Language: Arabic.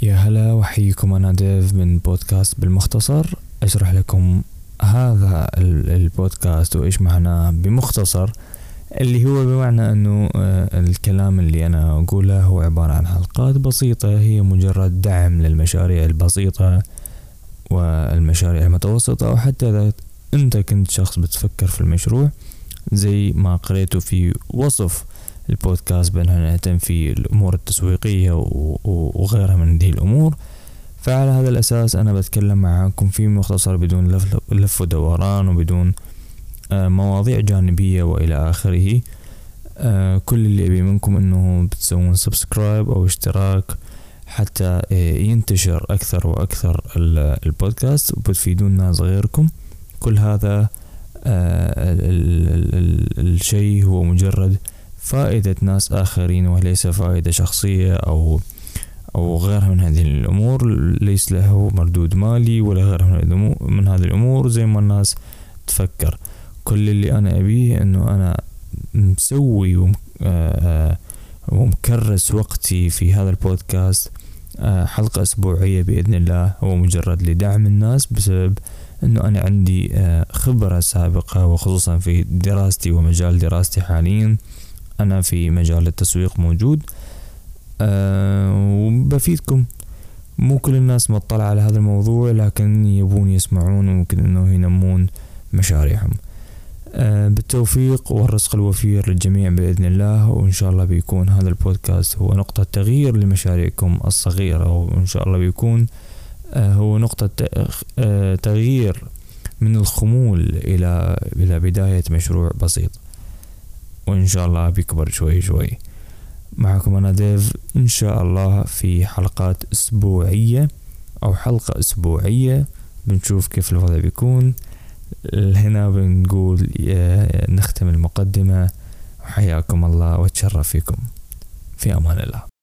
يا هلا وحيكم، أنا ديف من بودكاست بالمختصر. أشرح لكم هذا البودكاست وإيش معناه بمختصر، اللي هو بمعنى أنه الكلام اللي أنا أقوله هو عبارة عن حلقات بسيطة، هي مجرد دعم للمشاريع البسيطة والمشاريع المتوسطة، أو حتى إذا أنت كنت شخص بتفكر في المشروع زي ما قريته في وصف البودكاست بأننا نهتم في الأمور التسويقية وغيرها من هذه الأمور. فعلى هذا الأساس أنا بتكلم معاكم في مختصر بدون لف ودوران وبدون مواضيع جانبية وإلى آخره. كل اللي أبي منكم أنه بتسوون سبسكرايب أو اشتراك حتى ينتشر أكثر وأكثر البودكاست وبتفيدون ناس غيركم. كل هذا الشيء هو مجرد فائدة ناس آخرين وليس فائدة شخصية أو غيرها من هذه الأمور. ليس له مردود مالي ولا غيرها من هذه الأمور زي ما الناس تفكر. كل اللي أنا أبيه أنه أنا مسوي ومكرس وقتي في هذا البودكاست حلقة أسبوعية بإذن الله، هو مجرد لدعم الناس بسبب أنه أنا عندي خبرة سابقة، وخصوصا في دراستي ومجال دراستي حاليا أنا في مجال التسويق موجود. وبفيدكم. مو كل الناس مطلع على هذا الموضوع، لكن يبون يسمعون وممكن أنه ينمون مشاريعهم. بالتوفيق والرزق الوفير للجميع بإذن الله، وإن شاء الله بيكون هذا البودكاست هو نقطة تغيير لمشاريعكم الصغيرة، وإن شاء الله بيكون هو نقطة تغيير من الخمول إلى بداية مشروع بسيط، وإن شاء الله بيكبر شوي شوي. معكم أنا ديف، إن شاء الله في حلقات أسبوعية أو حلقة أسبوعية بنشوف كيف الوضع بيكون. هنا بنقول نختم المقدمة، وحياكم الله وتشرف فيكم. في أمان الله.